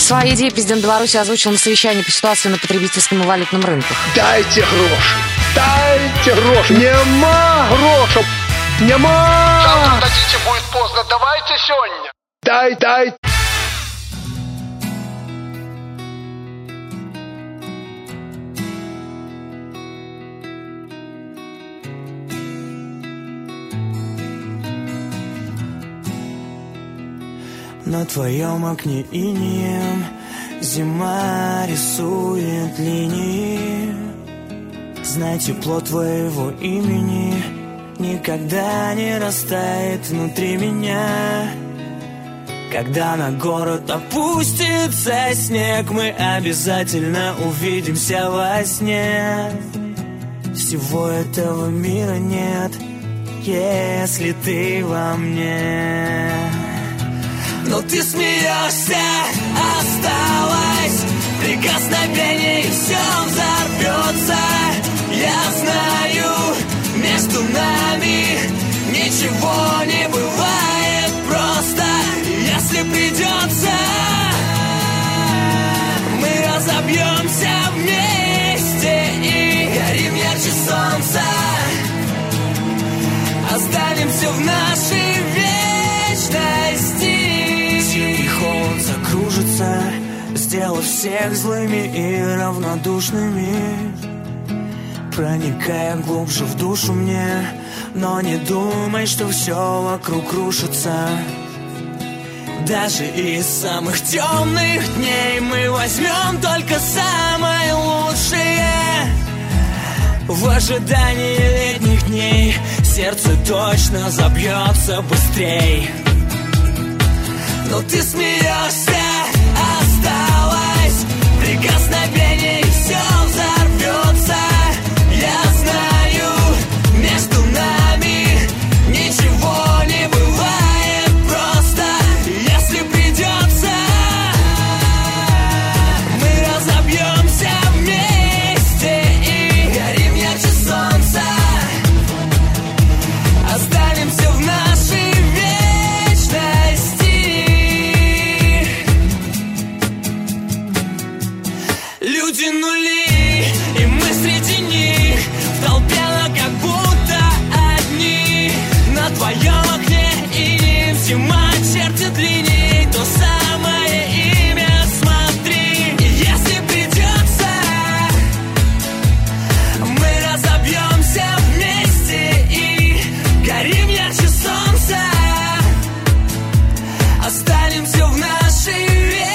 Свои идеи президент Беларуси озвучил на совещании по ситуации на потребительском и валютном рынках. Дайте гроши! Дайте гроши! Нема грошей! Нема! Завтра дадите, будет поздно. Давайте сегодня. Дай! На твоем окне инеем зима рисует линии. Знай, тепло твоего имени никогда не растает внутри меня. Когда на город опустится снег, мы обязательно увидимся во сне. Всего этого мира нет, если ты во мне. Но ты смеешься, осталось прикосновение, и все взорвется. Я знаю, между нами ничего не бывает просто. Если придется, мы разобьемся вместе и горим ярче солнца. Останемся в нашей вечности. И холод закружится, сделав всех злыми и равнодушными, проникая глубже в душу мне. Но не думай, что все вокруг рушится. Даже из самых темных дней мы возьмем только самое лучшее. В ожидании летних дней сердце точно забьется быстрей. Но ты смеешься, осталось прикосновение, и все взорвется. Я знаю, между нами ничего не бывает просто. Если придется, мы разобьемся вместе и горим ярче солнца. Останемся в нашей вечности. Люди нули, и мы среди них, в толпе, но как будто одни. На твоем окне и зима чертит линии, то самое имя смотри. И если придется, мы разобьемся вместе и горим ярче солнца. Останемся в нашей вечности.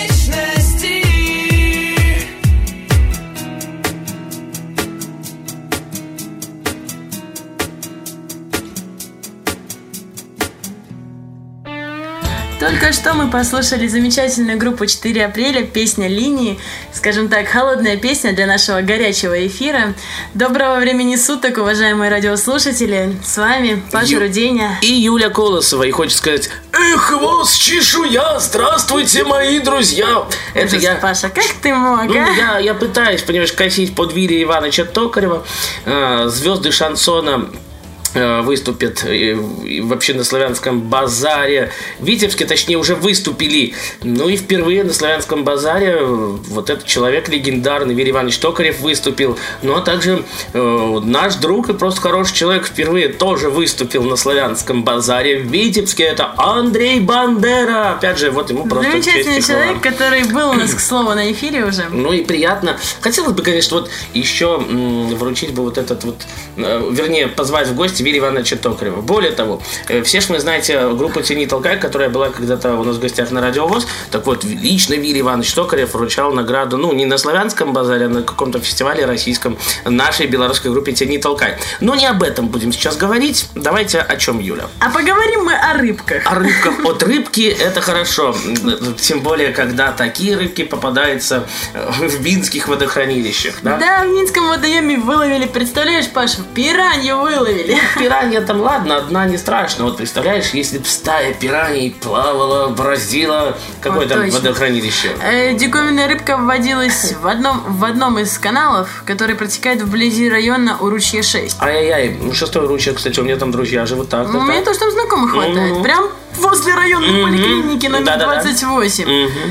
Только что мы послушали замечательную группу 4 апреля, песня «Линии». Скажем так, холодная песня для нашего горячего эфира. Доброго времени суток, уважаемые радиослушатели. С вами Паша Руденя и Юля Колосова. И хочется сказать: эх, вас чешуя! Здравствуйте, мои друзья! Это я... Паша, как ты мог, а? Я пытаюсь, понимаешь, косить под Вилли Ивановича Токарева. Звезды шансона выступят в общеславянском базаре в Витебске, точнее уже выступили. Ну и впервые на славянском базаре вот этот человек легендарный Вилли Иванович Токарев выступил. Ну а также наш друг и просто хороший человек впервые тоже выступил на славянском базаре в Витебске. Это Андрей Бандера. Опять же, вот ему просто замечательный человек, который был у нас, к слову, на эфире уже. Ну и приятно. Хотелось бы, конечно, вот еще вручить бы вот этот вот, вернее, позвать в гости Вилли Ивановича Токарева. Более того, все ж вы знаете группу «Тяни толкай», которая была когда-то у нас в гостях на Радио ВОС. Так вот, лично Вилли Иванович Токарев вручал награду, ну, не на славянском базаре, а на каком-то фестивале российском нашей белорусской группе «Тяни толкай». Но не об этом будем сейчас говорить. Давайте о чем, Юля? А поговорим мы о рыбках. О рыбках. От рыбки это хорошо. Тем более, когда такие рыбки попадаются в минских водохранилищах. Да, да, в Минском водоеме выловили, представляешь, Паша, пиранью выловили. Пиранья там, ладно, одна не страшно. Вот представляешь, если бы стая пираний плавала, бороздила какое-то водохранилище. Диковинная рыбка вводилась в одном из каналов, который протекает вблизи района у ручья 6. Ай-яй-яй, 6-й ручье, кстати, у меня там друзья живут так. У меня тоже там знакомых хватает. Прям возле районной поликлиники номер 28.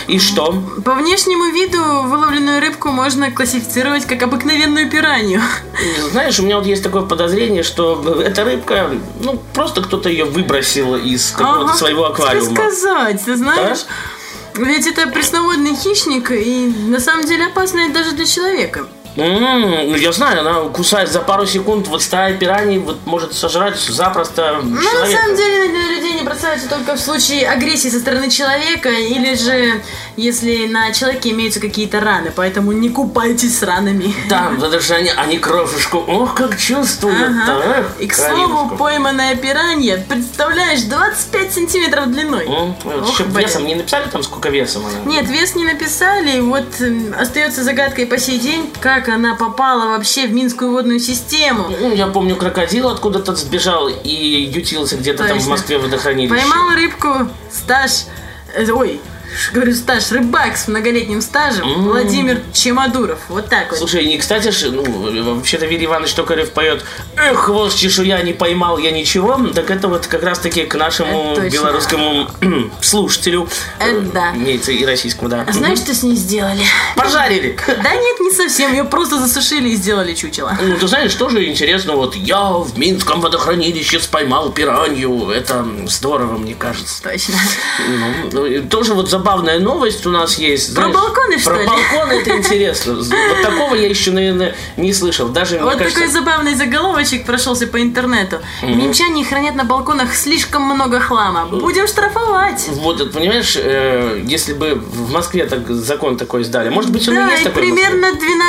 И что? По внешнему виду выловленную рыбку можно классифицировать как обыкновенную пиранью. Знаешь, у меня вот есть такое подозрение, что эта рыбка, просто кто-то ее выбросил из какого-то своего аквариума. Что сказать, ты знаешь? Да? Ведь это пресноводный хищник и на самом деле опасный даже для человека. Я знаю, она кусает за пару секунд, вот стая пираний может сожрать запросто человека. На самом деле на людей не бросаются только в случае агрессии со стороны человека или же если на человеке имеются какие-то раны, поэтому не купайтесь с ранами. Да, потому что они кровушку, как чувствуют. Ага. И к слову, пойманная пиранья, представляешь, 25 сантиметров длиной. Еще весом не написали там, сколько весом она? Нет, вес не написали, вот остается загадкой по сей день, как она попала вообще в Минскую водную систему. Я помню, крокодил откуда-то сбежал и ютился где-то там в Москве в водохранилище. Поймал рыбку стаж рыбак с многолетним стажем Владимир Чемодуров. Вот так вот. Слушай, и, кстати, вообще-то Вилли Иванович Токарев поет: «Эх, хвост чешуя, не поймал я ничего». Так это вот как раз-таки к нашему белорусскому слушателю. Да. Имеется и российскому, да. А знаешь, что с ней сделали? Пожарили. Да нет, не совсем. Ее просто засушили и сделали чучело. Ты знаешь, тоже интересно, вот я в Минском водохранилище споймал пиранью. Это здорово, мне кажется. Точно. Тоже вот забавная новость у нас есть. Про балконы, что ли? Про балконы это интересно. Вот такого я еще, наверное, не слышал. Даже, вот такой забавный заголовочек прошелся по интернету. Минчане хранят на балконах слишком много хлама. Будем штрафовать. Вот, понимаешь, если бы в Москве закон такой сдали, может быть, он и есть такой. Да, и примерно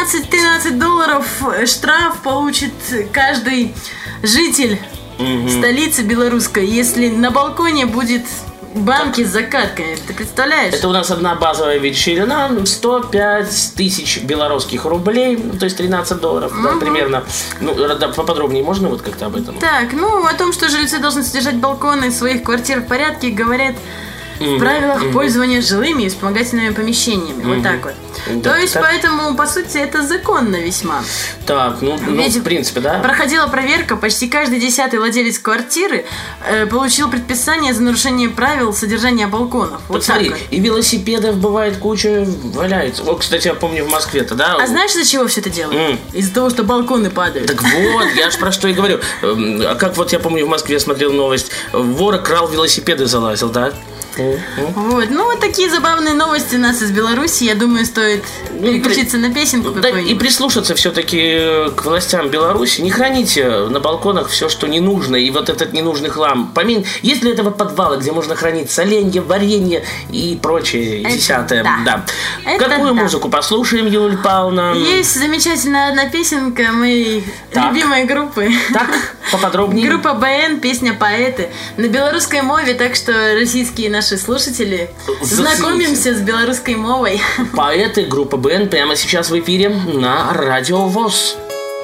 $12-13 штраф получит каждый житель столицы белорусской, если на балконе будет банки с закатками. Ты представляешь? Это у нас одна базовая величина, 105 тысяч белорусских рублей, то есть $13, да, примерно. Поподробнее можно вот как-то об этом? Так, о том, что жильцы должны содержать балконы своих квартир в порядке, говорят в правилах пользования жилыми и вспомогательными помещениями. Вот так вот. Да, то есть, поэтому, по сути, это законно весьма. Так, ведь в принципе, да. Проходила проверка, почти каждый 10-й владелец квартиры получил предписание за нарушение правил содержания балконов. Вот смотри, и велосипедов бывает куча, валяется. Вот, кстати, я помню в Москве-то, да. А знаешь, из-за чего все это делают? Из-за того, что балконы падают. Так вот, я ж про что и говорю. А как вот я помню в Москве смотрел новость, вор крал велосипеды, залазил, да? Вот, вот такие забавные новости у нас из Беларуси. Я думаю, стоит переключиться на песенку какую-нибудь. И прислушаться все-таки к властям Беларуси. Не храните на балконах все, что не нужно, и вот этот ненужный хлам. Есть ли этого подвала, где можно хранить соленье, варенье и прочее, десятое? Да. Какую музыку послушаем, Юль Павловна? Есть замечательная одна песенка моей любимой группы. Так, поподробнее. Группа БН, песня «Поэты» на белорусской мове, так что российские наши слушатели, знакомимся с белорусской мовой. Поэты, группа БН прямо сейчас в эфире на Радио ВОС.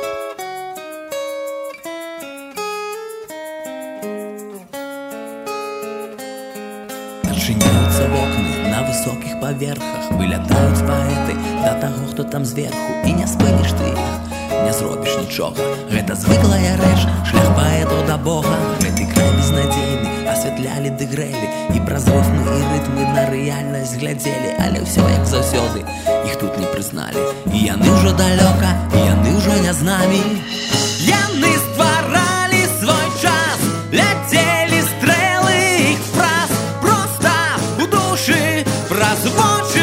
Отчиняются окна на высоких поверхах, вылетают поэты до того, хто там зверху, і не спиниш ти їх, не зробиш нічого. Гэта звыклая рэч, шлях паэтаў да Бога. Гэты край безнадзейны асвятлялі ды грэлі, і праз рыфмы і рытмы на рэальнасць глядзелі, але ўсё як заўсёды, іх тут не прызналі. І яны ўжо далёка, і яны ўжо не з намі. Яны стваралі свой час, ляцелі стрэлы іх фраз проста у душы праз вочы.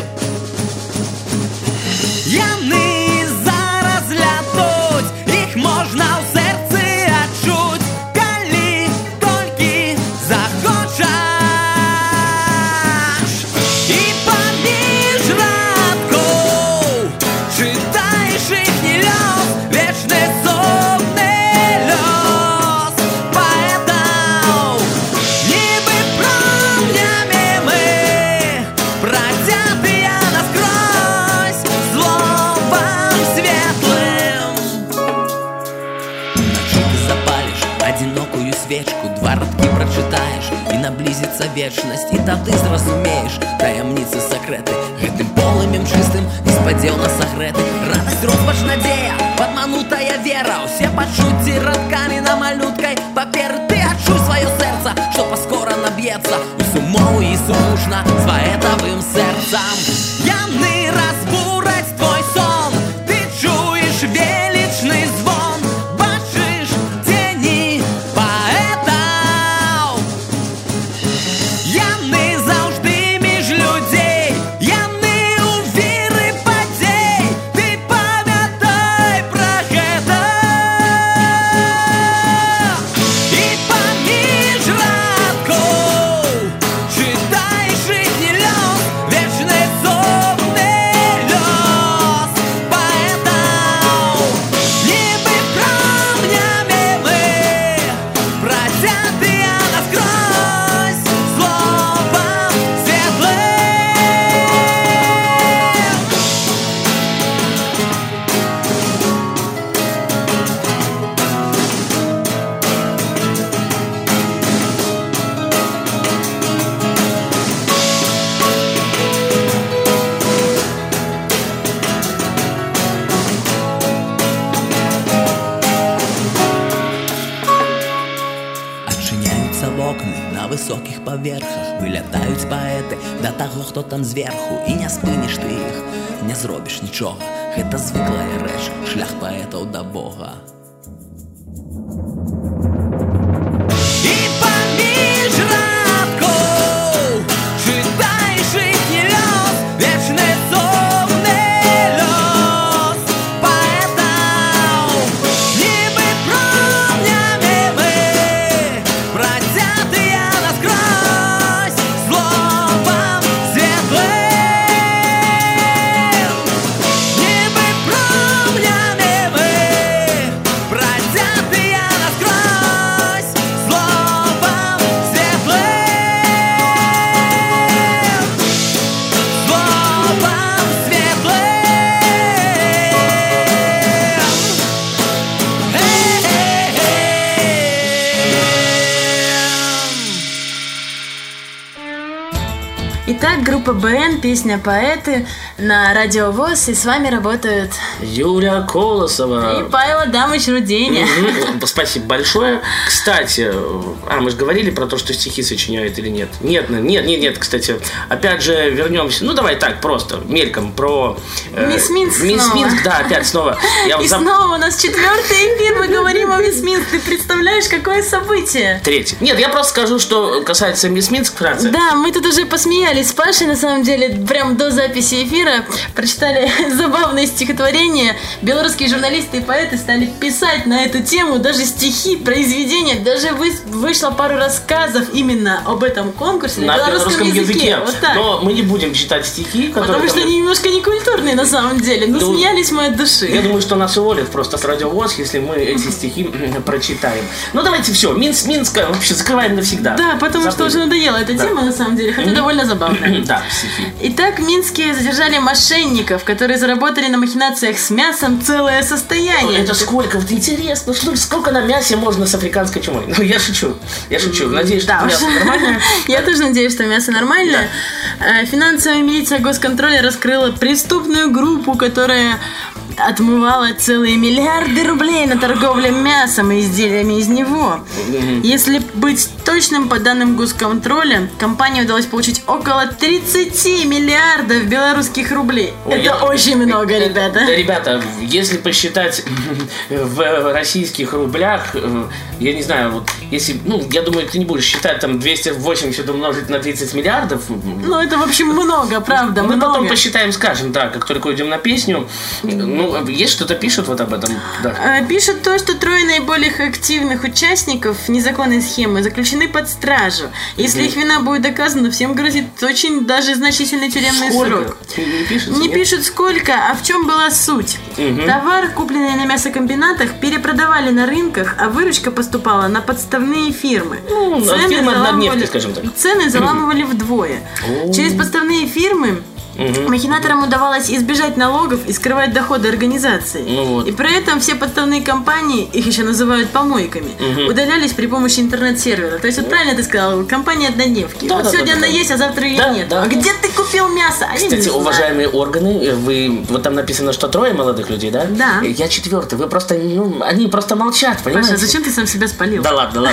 Яны зараз лятуць, іх можна ў сэрцы адчуць, калі толькі захочаш. І паміж радкоў чытаеш іхні лёс, вечны сумны лёс паэтаў. Нібы промнямі мы працятыя наскрозь словам светлым. Ночы ты запалишь одинокую свечку, два радкі прочитаешь, и наблизится вечность, и тады зразумеешь таямницы сакрэты. Гэтым полымем чистым неспадзеўна сагрэты. Радость, розпач, надзея, падманутая вера, усе пачуцці радкамі на малюткай паперы. Ты адчуй сваё сэрца, што паскора рано б'ється у сумову і сумушна своєтовим серцем. Яни розбурать твой сон, ти чуєш величний звон, бачиш тіні поетів. Яни завжди між людей, яни у віри падей, ти пам'ятай про гэта. І поміж радков читай житній льос, вечний зомний льос поетів. Ніби промнями ми протягти наскрозь словом світлим. Адчиняються вокны на высоких поверхах, вылятаюць паэты да таго, хто там зверху, і не спыніш ты іх, не зробіш нічога. Гэта звыклая рэч, шлях паэтаў да Бога. І паміж радкоў читай житній лёс, вечны сумны лёс поэтаў. Нібы промнями мы протягтыя наскрозь словом светлым. Нібы промнями мы протягтыя наскрозь словом светлым. Словом светлым. Итак, группа БН, песня «Поэты» на Радио ВОС, и с вами работают Юля Колосова и Павел Адамович Руденя. Спасибо большое. Кстати, мы же говорили про то, что стихи сочиняют или нет. Нет, кстати. Опять же, вернемся. Ну, давай так, просто, мельком, про... Мисс Минск Мисс снова. Минск, да, опять снова. И снова у нас 4-й эфир, мы говорим о Мисс Минск. Ты представляешь, какое событие? 3-й. Нет, я просто скажу, что касается Мисс Минск вкратце. Да, мы тут уже посмеялись с Пашей, на самом деле, прям до записи эфира. Прочитали забавное стихотворение. Белорусские журналисты и поэты стали писать на эту тему даже стихи, произведения. Даже вышло пару рассказов именно об этом конкурсе на белорусском языке. Вот так. Но мы не будем читать стихи, которые... Потому что они немножко некультурные на самом деле. Но Ну, смеялись мы от души. Я думаю, что нас уволят просто с Радио ВОС, если мы эти стихи прочитаем. Ну, давайте все. Минска вообще закрываем навсегда. Да, потому что Забыли. уже надоела эта тема на самом деле, хотя довольно забавная. Да, стихи. Итак, в Минске задержали мошенников, которые заработали на махинациях с мясом целое состояние. Это сколько? Вот интересно, сколько на мясе можно с африканской чумой? Ну, я шучу. Надеюсь, что Да, мясо уж. нормальное. Я тоже надеюсь, что мясо нормальное. Финансовая милиция госконтроля раскрыла преступную группу, которая отмывала целые миллиарды рублей на торговле мясом и изделиями из него. Если быть точным, по данным госконтроля, компании удалось получить около 30 миллиардов белорусских рублей. Это очень много, ребята. Да, ребята, если посчитать в российских рублях, я не знаю, вот если, я думаю, ты не будешь считать там 280 умножить на 30 миллиардов. Ну, это, в общем, много, правда, Мы много. потом посчитаем, скажем, да, как только уйдем на песню. Есть что-то пишут вот об этом? Да. Пишут то, что 3 наиболее активных участников незаконной схемы заключены под стражу. Если их вина будет доказана, всем грозит очень даже значительный тюремный срок. Не пишут? Не пишут сколько, а в чем была суть. Товар, купленный на мясокомбинатах, перепродавали на рынках, а выручка поступала на подставные фирмы. Фирмы однодневки, скажем так. Цены заламывали вдвое. Через подставные фирмы Махинаторам удавалось избежать налогов и скрывать доходы организации. Ну вот. И при этом все подставные компании, их еще называют помойками, удалялись при помощи интернет-сервера. То есть, вот правильно ты сказал, компания однодневки. Да, вот да, сегодня да, она да. есть, а завтра ее Да, нет. да. А где ты купил мясо? А я не Кстати, знаю. уважаемые органы, вот там написано, что 3 молодых людей, да? Да. Я 4-й. Вы просто, они просто молчат, понимаете? Паша, зачем ты сам себя спалил? Да ладно.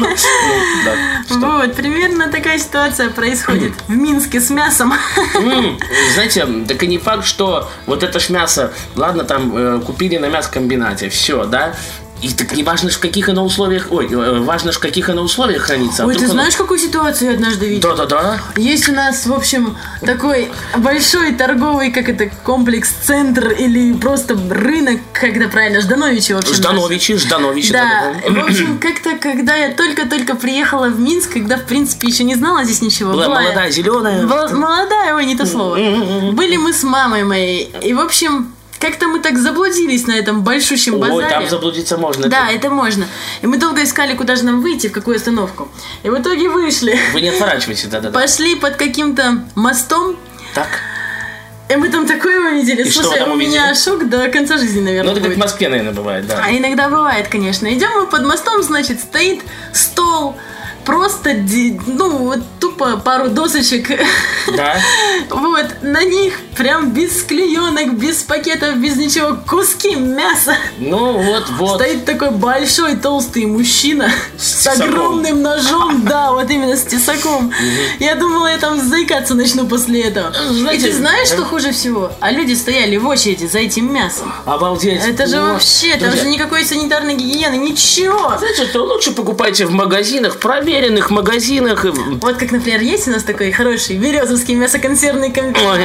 Да. Вот, примерно такая ситуация происходит в Минске с мясом. Знаете, так и не факт, что вот это ж мясо, ладно, там купили на мясокомбинате, все, да? И так не важно, в каких оно условиях, важно, в каких оно условиях хранится. Ой, ты знаешь, какую ситуацию я однажды видела? Да. Есть у нас, в общем, такой большой торговый, комплекс-центр или просто рынок, как это правильно, Ждановичи, в общем. Ждановичи. Да, в общем, как-то, когда я только-только приехала в Минск, когда, в принципе, еще не знала здесь ничего. Была молодая, зеленая. Молодая, ой, не то слово. Были мы с мамой моей, и, в общем... Как-то мы так заблудились на этом большущем базаре. Ой, там заблудиться можно. Да, это можно. И мы долго искали, куда же нам выйти, в какую остановку. И в итоге вышли. Вы не отворачивайтесь, да. Пошли под каким-то мостом. Так. И мы там такое увидели. И слушай, у меня шок до конца жизни, наверное, это будет. как в Москве, наверное, бывает, да. А иногда бывает, конечно. Идем мы под мостом, значит, стоит стол. Просто, вот тупо пару досочек. Да. Вот, на них прям без клеенок, без пакетов, без ничего, куски мяса. Ну, вот. Стоит такой большой толстый мужчина с тесаком. огромным ножом, да, вот именно с тесаком. Я думала, я там заикаться начну после этого. И ты знаешь, что хуже всего? А люди стояли в очереди за этим мясом. Обалдеть. Это же вообще, там же никакой санитарной гигиены, ничего. Знаете, что лучше покупайте в магазинах, проверенных магазинах. Вот как, например, есть у нас такой хороший березовский мясоконсервный комбинат.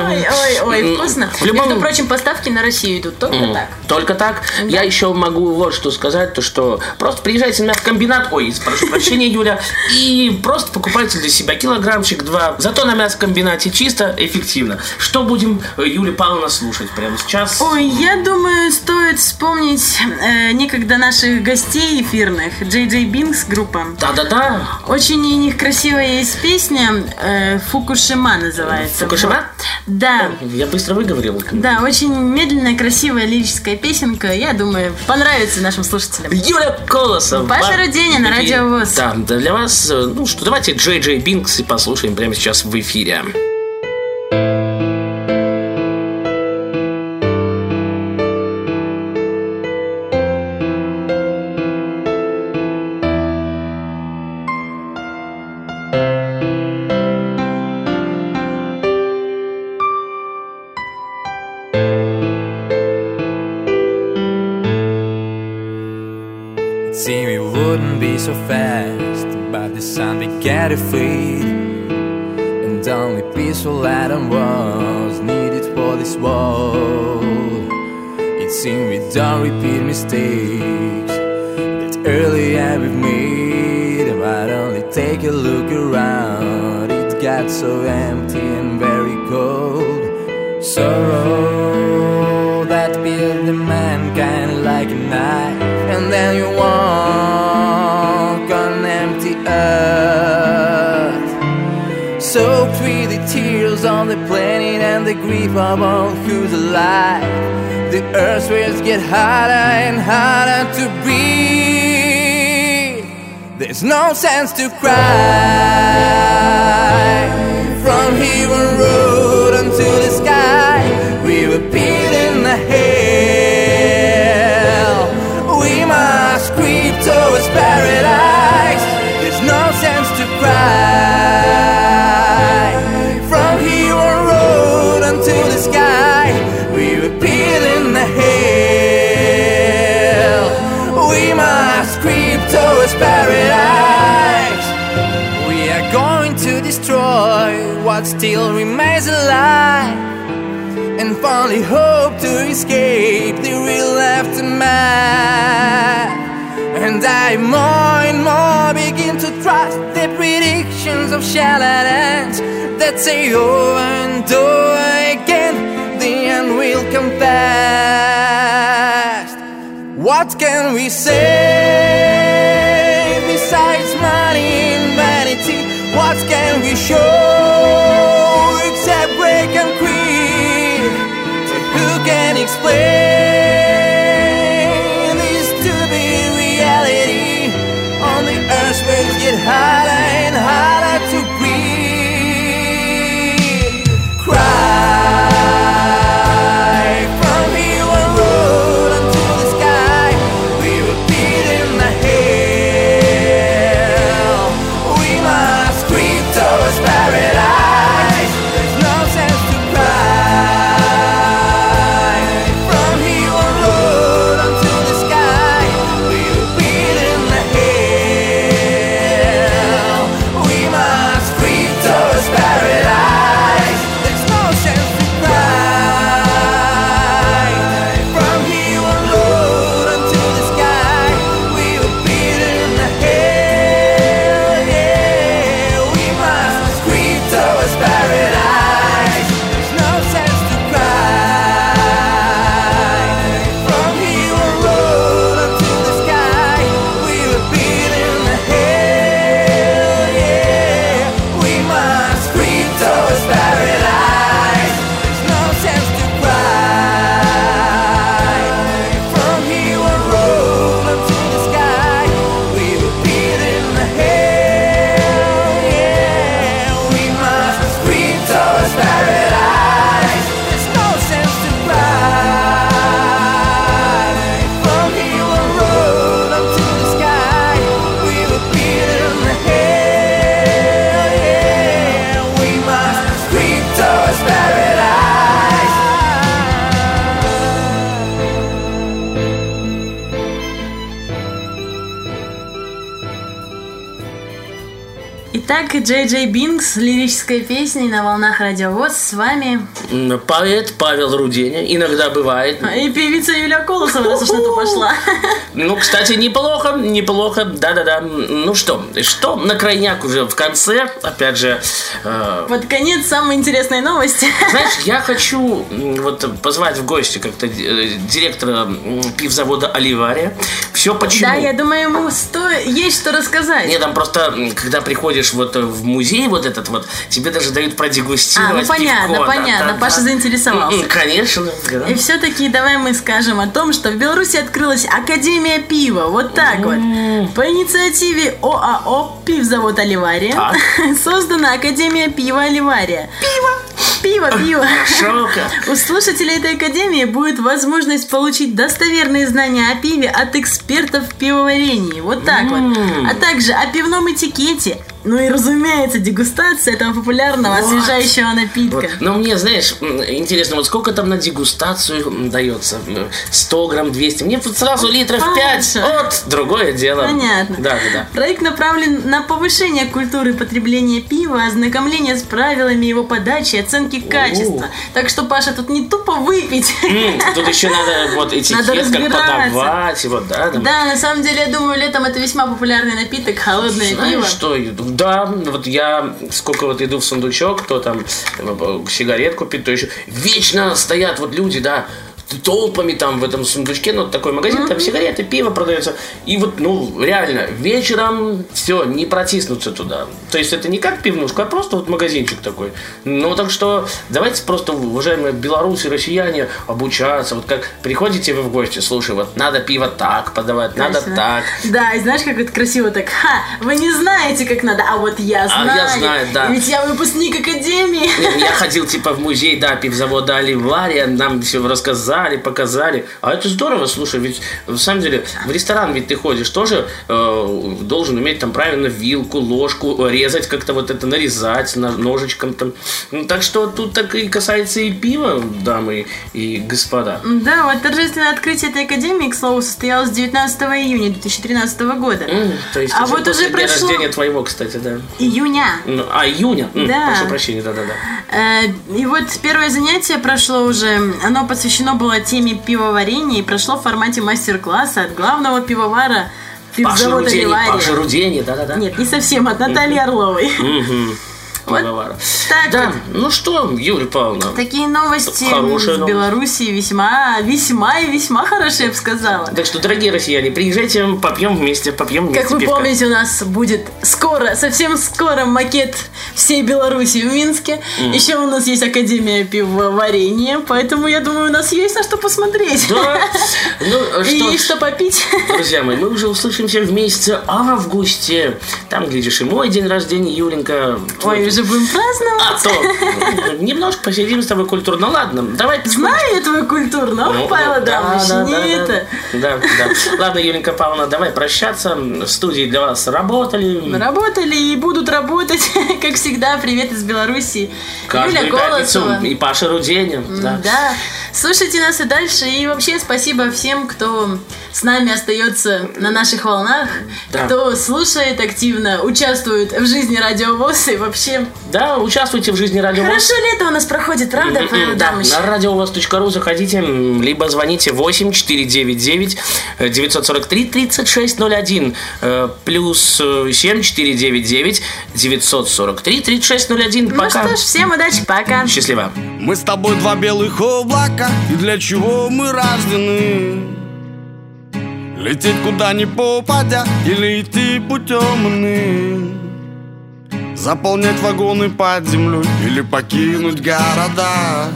Ой, вкусно. Между прочим, поставки на Россию идут только так. Только так? Да. Я еще могу вот что сказать, то что просто приезжайте на мясокомбинат, прошу прощения, Юля, и просто покупайте для себя килограммчик-2. Зато на мясокомбинате чисто, эффективно. Что будем, Юлия Павловна, слушать прямо сейчас? Ой, я думаю, стоит вспомнить некогда наших гостей эфирных, JJ Binks группа. Да. Очень у них красивая есть песня, Фукушима называется. Фукушима? Да. Я быстро выговорил. Да, очень медленная, красивая лирическая песенка. Я думаю, понравится нашим слушателям. Юля Колосов. Паша Руденя на Радио ВОС. Да, для вас, давайте JJ Binks и послушаем прямо сейчас в эфире. See, we wouldn't be so fast, but the sun began to fade, and only peaceful atom was needed for this world. It seemed we don't repeat mistakes that earlier we've made, but only take a look around. It got so empty and very cold. Sorrow that built the mankind like a knife, and then you walk on empty earth, soaked with the tears on the planet and the grief of all who's alive. The earth's waves get harder and harder to breathe. There's no sense to cry. From heaven road unto the sky, we were beat in the hell. We must creep towards paradise. There's no sense to cry. From heaven road unto the sky, we were beat in the hell. We must creep towards paradise. We are going to destroy what still remains alive, and finally hope to escape the real aftermath. And I more and more begin to trust the predictions of charlatans that say over and over again the end will come fast. What can we say besides money and vanity? What can we show except break and creep? Итак, Джей Джей Бинкс с лирической песней на волнах Радио ВОС. С вами поэт Павел Руденя. Иногда бывает. И певица Юлия Колосова, раз уж на то пошла. Ну, кстати, неплохо. Да-да-да. Ну что на крайняк уже в конце. Опять же... Под конец самые интересные новости. Знаешь, я хочу вот позвать в гости как-то директора пивзавода «Оливария». Все почему? Да, я думаю, ему есть что рассказать. Нет, там просто, когда приходишь вот в музей вот этот вот, тебе даже дают продегустировать пивко. Понятно. Да, Паша заинтересовался. Конечно. Да. И все-таки давай мы скажем о том, что в Беларуси открылась Академия пива. Вот так вот. По инициативе ОАО «Пивзавод Оливария» создана Академия пива Оливария. Пиво. У слушателей этой академии будет возможность получить достоверные знания о пиве от экспертов в пивоварении. Вот так вот. А также о пивном этикете. Ну и, разумеется, дегустация этого популярного освежающего напитка. Вот. Но мне, знаешь, интересно, вот сколько там на дегустацию дается? 100 грамм, 200? Мне тут сразу литров 5. Вот, другое дело. Понятно. Да. Проект направлен на повышение культуры потребления пива, ознакомление с правилами его подачи, оценки качества. Так что, Паша, тут не тупо выпить. Тут еще надо вот этикет как подавать. Вот, да, на самом деле, я думаю, летом это весьма популярный напиток, холодное пиво. Что? Да, вот я сколько вот иду в сундучок, кто там сигарет купит, то еще вечно стоят вот люди, да, толпами там в этом сундучке, ну, такой магазин, там сигареты, пиво продается. И вот, реально, вечером все, не протиснуться туда. То есть это не как пивнушка, а просто вот магазинчик такой. Ну, так что давайте просто, уважаемые белорусы, россияне, обучаться. Вот как приходите вы в гости, слушай, вот надо пиво так подавать, надо так. Да, и знаешь, как это красиво так, вы не знаете, как надо, а вот я знаю. Я знаю, да. Ведь я выпускник академии. Я ходил типа в музей, да, пивзавода «Оливария», нам все рассказали, показали. А это здорово, слушай, ведь на самом деле в ресторан ведь ты ходишь, тоже должен уметь там правильно вилку, ложку резать, как-то вот это нарезать ножичком там. Так что тут так и касается и пива, дамы и господа. Да, вот торжественное открытие этой академии, к слову, состоялось 19 июня 2013 года. То есть вот уже прошло... день рождения твоего, кстати, да. Июня. Июня? Да. Прошу прощения, да. И вот первое занятие прошло уже, оно посвящено было теме пивоварения и прошло в формате мастер-класса от главного пивовара пивзавода «Оливария». Паша Рудени, да. Нет, не совсем, от Натальи Орловой. Вот так да, вот. Ну что, Юлия Павловна, такие новости в Беларуси весьма и весьма хорошие, я бы сказала. Так что, дорогие россияне, приезжайте, попьем вместе Как вы пивка. помните, у нас будет совсем скоро макет всей Беларуси в Минске. Еще у нас есть Академия пивоварения, поэтому, я думаю, у нас есть на что посмотреть. Да. И что попить. Друзья мои, мы уже услышимся в месяце августе. Там, глядишь, и мой день рождения, Юленька. Ой, уже будем праздновать. То немножко посидим с тобой культурно. Ладно, давай. Знаю я твою культуру, но Павел Адамович, не это. Да. Ладно, Юленька Павловна, давай прощаться. В студии для вас работали и будут работать, как всегда. Привет из Беларуси. Юлия Колосова и Паша Руденя. Да. Слушайте нас и дальше. И вообще спасибо всем, кто с нами остается на наших волнах, кто слушает активно, участвует в жизни Радио ВОС и вообще... Да, участвуйте в жизни Радио ВОС. Хорошо лето у нас проходит, правда, Павел Адамович? На радиовос.ру заходите, либо звоните 8-499 943 3601 плюс 7-499 943 3601. Пока. Ну что ж, всем удачи, пока. Счастливо. Мы с тобой два белых облака, и для чего мы рождены? Лететь куда ни попадя или идти путем иным? Заполнять вагоны под землей или покинуть города?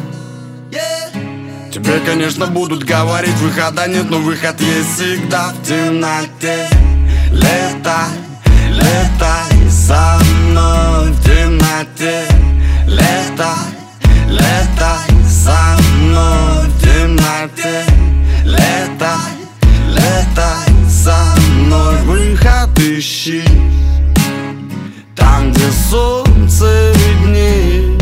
Тебе, конечно, будут говорить, выхода нет, но выход есть всегда в темноте. Летай, летай со мной в темноте. Летай, летай со мной в темноте. Летай, летай со мной, выход ищи там, где солнце виднее.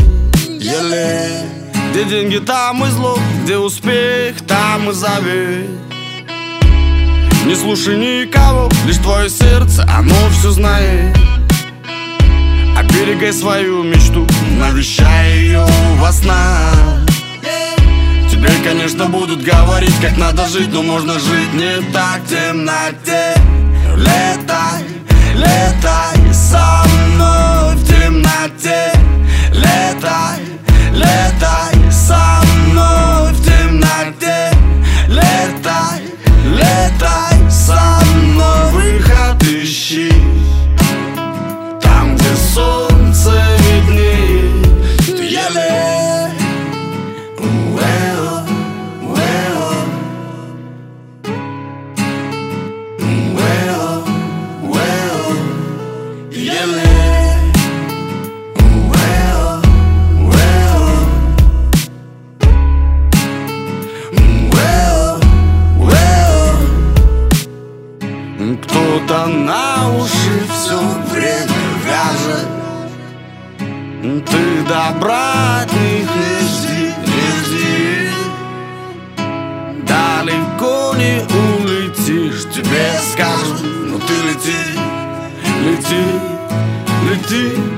Где деньги, там и зло, где успех, там и завет. Не слушай никого, лишь твое сердце, оно все знает. Берегай свою мечту, навещай ее во снах. Тебе, конечно, будут говорить, как надо жить, но можно жить не так в темноте. Летай, летай со мной в темноте. Летай, летай со мной в темноте. Летай, летай со мной. Выход ищи там, где солнце виднеет. Ты еле кто-то на уши все время вяжет. Ты добра от них не жди, не жди. Далеко не улетишь, тебе скажут, но ты лети, лети, лети.